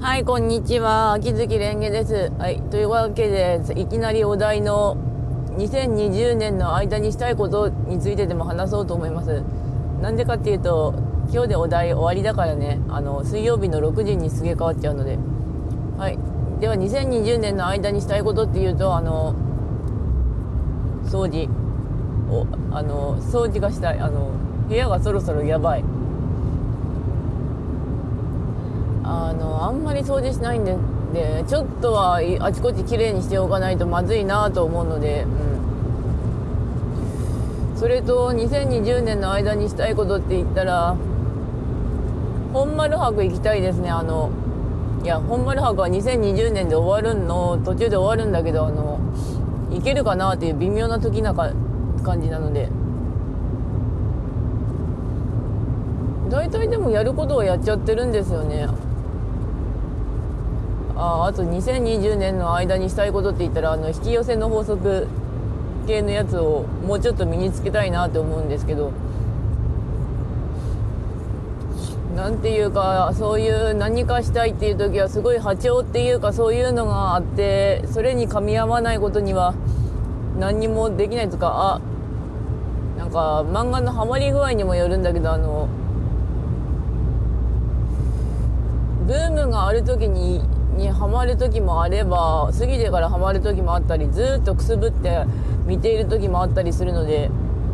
はい、こんにちは。秋月蓮華です。はい、というわけで、いきなりお題の2020年の間にしたいことについてでも話そうと思います。なんでかっていうと、今日でお題終わりだからね、水曜日の6時にすげえ変わっちゃうので。はい。では、2020年の間にしたいことっていうと、掃除。掃除がしたい。部屋がそろそろやばい。あんまり掃除しないんで、ちょっとはあちこちきれいにしておかないとまずいなと思うので、それと2020年の間にしたいことって言ったら、本丸博行きたいですね。いや、本丸博は2020年で終わるの、途中で終わるんだけど、行けるかなっていう微妙な時な感じなので、大体でもやることはやっちゃってるんですよね。あと2020年の間にしたいことって言ったら、引き寄せの法則系のやつをもうちょっと身につけたいなって思うんですけど、なんていうか、そういう何かしたいっていう時はすごい波長っていうか、そういうのがあって、それに噛み合わないことには何にもできないとか、なんか漫画のハマり具合にもよるんだけど、ブームがある時にハマる時もあれば、過ぎてからハマる時もあったり、ずっとくすぶって見ている時もあったりするので、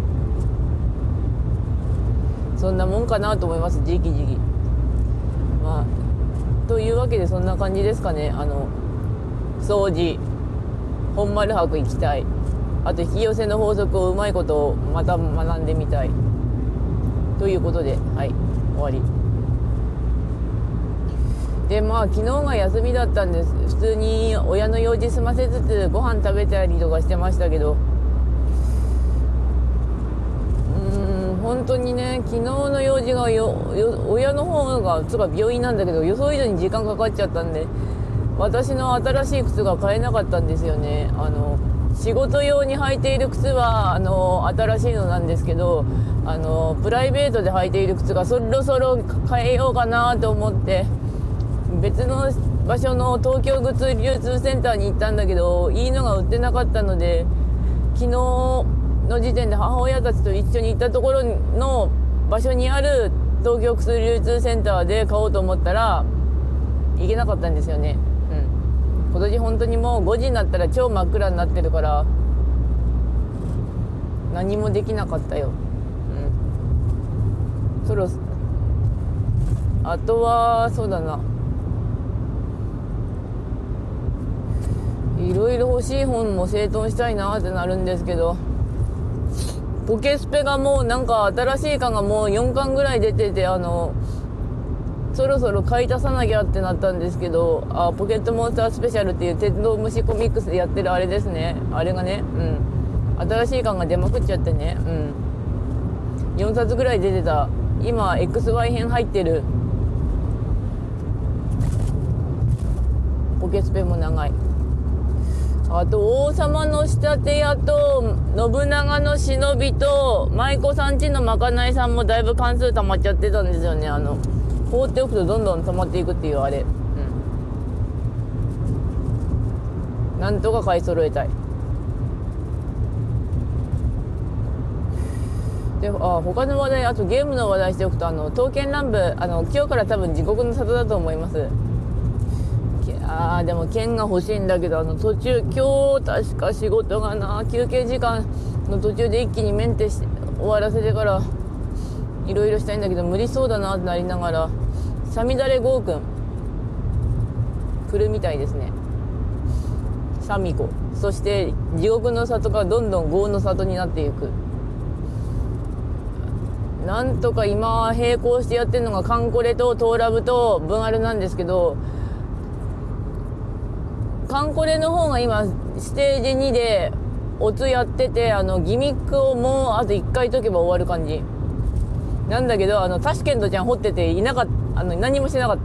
そんなもんかなと思います。時期というわけで、そんな感じですかね。掃除、本丸博行きたい、あと引き寄せの法則をうまいことをまた学んでみたいということで、はい、終わりで、昨日が休みだったんです。普通に親の用事済ませつつご飯食べたりとかしてましたけど、本当にね、昨日の用事が親の方がつか病院なんだけど、予想以上に時間かかっちゃったんで、私の新しい靴が買えなかったんですよね。仕事用に履いている靴は新しいのなんですけど、プライベートで履いている靴がそろそろ変えようかなと思って、別の場所の東京靴流通センターに行ったんだけど、いいのが売ってなかったので、昨日の時点で母親たちと一緒に行ったところの場所にある東京靴流通センターで買おうと思ったら行けなかったんですよね。今年本当にもう5時になったら超真っ暗になってるから、何もできなかったよ。あとはそうだな、いろいろ欲しい本も整頓したいなってなるんですけど、ポケスペがもうなんか新しい巻がもう4巻ぐらい出てて、そろそろ買い足さなきゃってなったんですけど、ポケットモンスタースペシャルっていう鉄道虫コミックスでやってるあれですね。あれがね、新しい巻が出まくっちゃってね、4冊ぐらい出てた。今 XY 編入ってる。ポケスペも長い。あと王様の仕立て屋と信長の忍びと舞妓さんちのまかないさんもだいぶ関数溜まっちゃってたんですよね。放っておくとどんどん溜まっていくっていうあれ、なんとか買い揃えたい。で、他の話題、あとゲームの話題しておくと、刀剣乱舞、今日から多分地獄の里だと思います。でも剣が欲しいんだけど、途中、今日確か仕事が休憩時間の途中で一気にメンテして終わらせてからいろいろしたいんだけど、無理そうだなってなりながら、さみだれゴーくん来るみたいですね。サミコ、そして地獄の里がどんどん業の里になっていく。なんとか今並行してやってるのがカンコレとトーラブとブンアルなんですけど、カンコレの方が今ステージ2でオツやってて、ギミックをもうあと1回解けば終わる感じなんだけど、タシケントちゃん掘ってていなかった。何もしてなかった。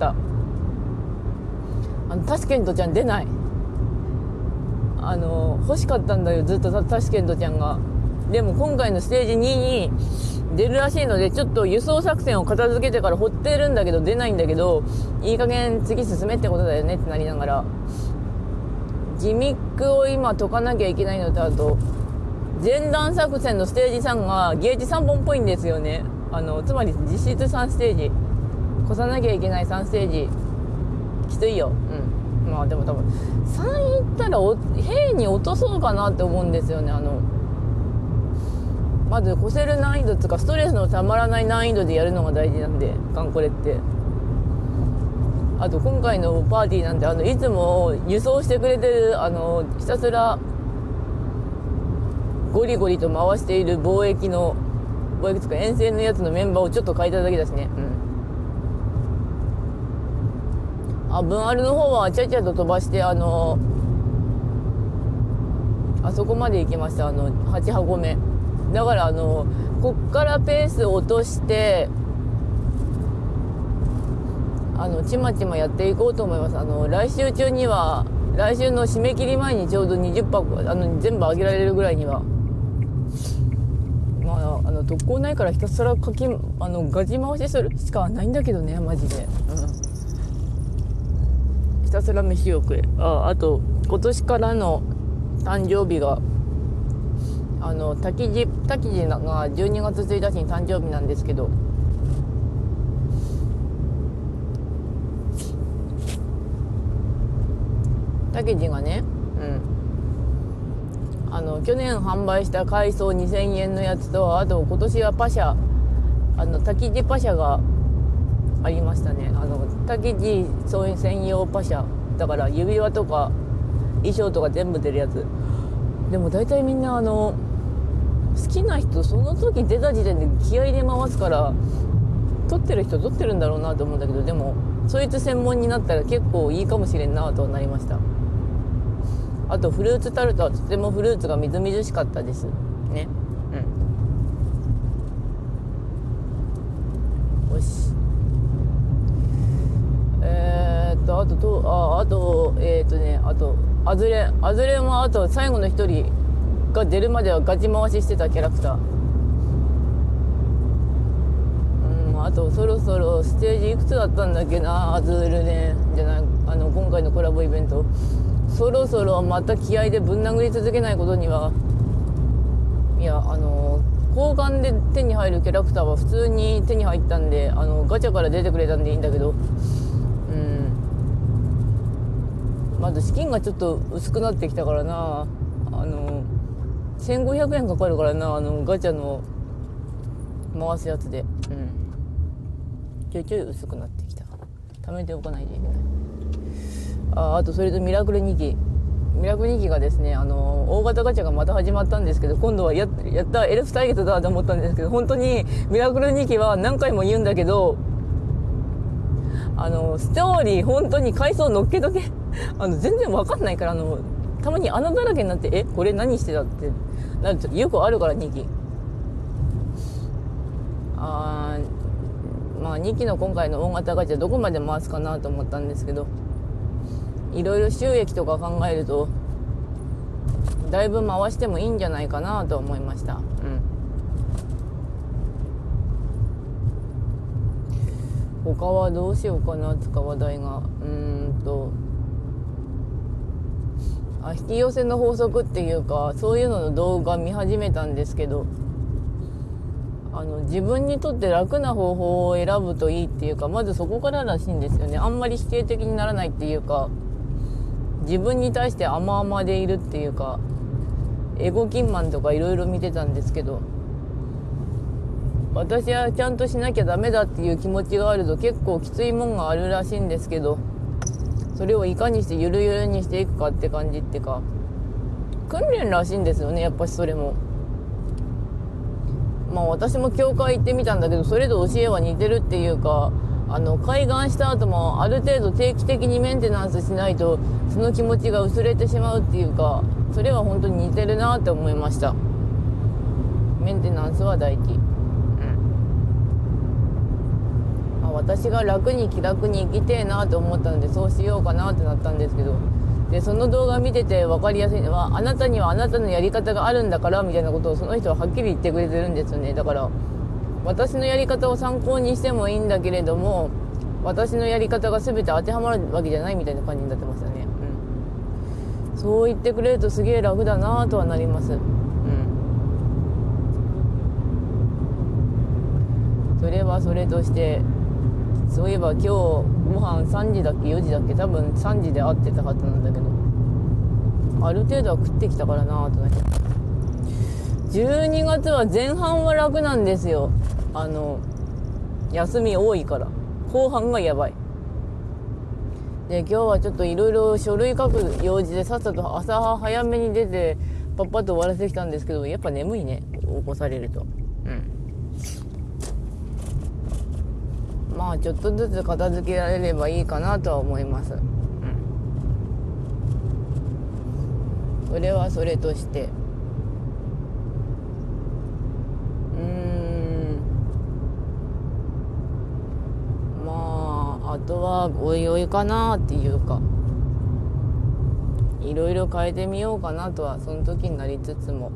タシケントちゃん出ない。欲しかったんだよずっとタシケントちゃんが。 でも今回のステージ2に出るらしいので、ちょっと輸送作戦を片付けてから掘ってるんだけど出ないんだけど、いい加減次進めってことだよねってなりながら、ギミックを今解かなきゃいけないのと、あと前段作戦のステージ3がゲージ3本っぽいんですよね。つまり実質3ステージ越さなきゃいけない3ステージきついよ。まあでも多分3行ったら兵に落とそうかなって思うんですよね。まず越せる難易度とかストレスのたまらない難易度でやるのが大事なんで、カンコレって。あと今回のパーティーなんていつも輸送してくれてるひたすらゴリゴリと回している貿易とか遠征のやつのメンバーをちょっと変えただけだしね。分あるの方はちゃちゃと飛ばしてあそこまで行きました。8箱目だからこっからペースを落としてちまちまやっていこうと思います。来週中には、来週の締め切り前にちょうど20箱全部上げられるぐらいには、まあ特攻ないからひたすらガチ回しするしかないんだけどね、マジで。ひたすら飯を食え。あと今年からの誕生日が滝地が12月1日に誕生日なんですけど、滝地がね、去年販売した海藻2000円のやつと、あと今年はパシャ滝地パシャがありましたね。滝地専用パシャだから、指輪とか衣装とか全部出るやつ。でも大体みんな好きな人その時出た時点で気合いで回すから、撮ってる人撮ってるんだろうなと思うんだけど、でもそいつ専門になったら結構いいかもしれんなとなりました。あとフルーツタルトはとてもフルーツがみずみずしかったですね。よし。あとアズレも、あと最後の一人が出るまではガチ回ししてたキャラクター。あとそろそろステージいくつだったんだっけな、アズールね、じゃない、今回のコラボイベント。そろそろまた気合でぶん殴り続けないことには。いや、交換で手に入るキャラクターは普通に手に入ったんで、ガチャから出てくれたんでいいんだけど、まず資金がちょっと薄くなってきたからな。1500円かかるからな、ガチャの回すやつで。ちょいちょい薄くなってきた。貯めておかないといけない。あとそれとミラクル2期がですね、大型ガチャがまた始まったんですけど、今度はやったエルフ対決だと思ったんですけど、本当にミラクル2期は何回も言うんだけど、ストーリー本当に階層乗っけとけ全然わかんないから、たまに穴だらけになって、これ何してたってなるとよくあるから。2期まあ2期の今回の大型ガチャどこまで回すかなと思ったんですけど、いろいろ収益とか考えるとだいぶ回してもいいんじゃないかなと思いました。他はどうしようかな、話題が。引き寄せの法則っていうか、そういうのの動画見始めたんですけど、自分にとって楽な方法を選ぶといいっていうか、まずそこかららしいんですよね。あんまり否定的にならないっていうか、自分に対して甘々でいるっていうか、エゴキンマンとかいろいろ見てたんですけど、私はちゃんとしなきゃダメだっていう気持ちがあると結構きついもんがあるらしいんですけど、それをいかにしてゆるゆるにしていくかって感じっていうか、訓練らしいんですよね、やっぱしそれも。まあ私も教会行ってみたんだけど、それと教えは似てるっていうか、開眼した後もある程度定期的にメンテナンスしないとその気持ちが薄れてしまうっていうか、それは本当に似てるなって思いました。メンテナンスは大事。私が楽に気楽に生きてえなと思ったので、そうしようかなってなったんですけど、 でその動画見てて分かりやすいのは、あなたにはあなたのやり方があるんだからみたいなことをその人ははっきり言ってくれてるんですよね。だから私のやり方を参考にしてもいいんだけれども、私のやり方が全て当てはまるわけじゃないみたいな感じになってましたね。そう言ってくれるとすげえ楽だなとはなります。それはそれとして、そういえば今日ご飯3時だっけ4時だっけ、多分3時で会ってたはずなんだけど、ある程度は食ってきたからなとなって。12月は前半は楽なんですよ。休み多いから。後半がやばい。で今日はちょっといろいろ書類書く用事でさっさと朝早めに出てパッパッと終わらせてきたんですけど、やっぱ眠いね、起こされると。まあちょっとずつ片付けられればいいかなとは思います。それはそれとして、まああとはおいおいかなっていうか、いろいろ変えてみようかなとはその時になりつつも、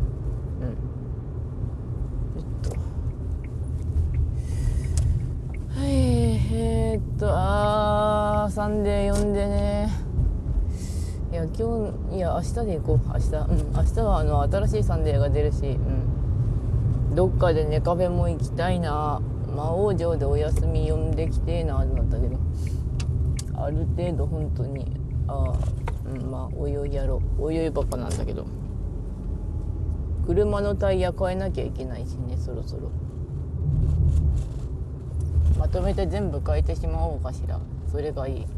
サンデー読んでね。いや今日、いや明日で行こう。明日は新しいサンデーが出るし、どっかでネカフェも行きたいな。魔王城でお休み読んできてえなってなったけど、ある程度本当にまあおいおいやろう。おいおいばっかなんだけど、車のタイヤ変えなきゃいけないしね、そろそろまとめて全部変えてしまおうかしら。それがいい。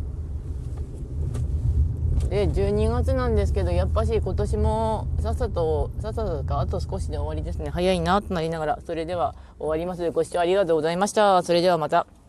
で12月なんですけど、やっぱし今年もさっさとかあと少しで終わりですね。早いなとなりながら、それでは終わります。ご視聴ありがとうございました。それではまた。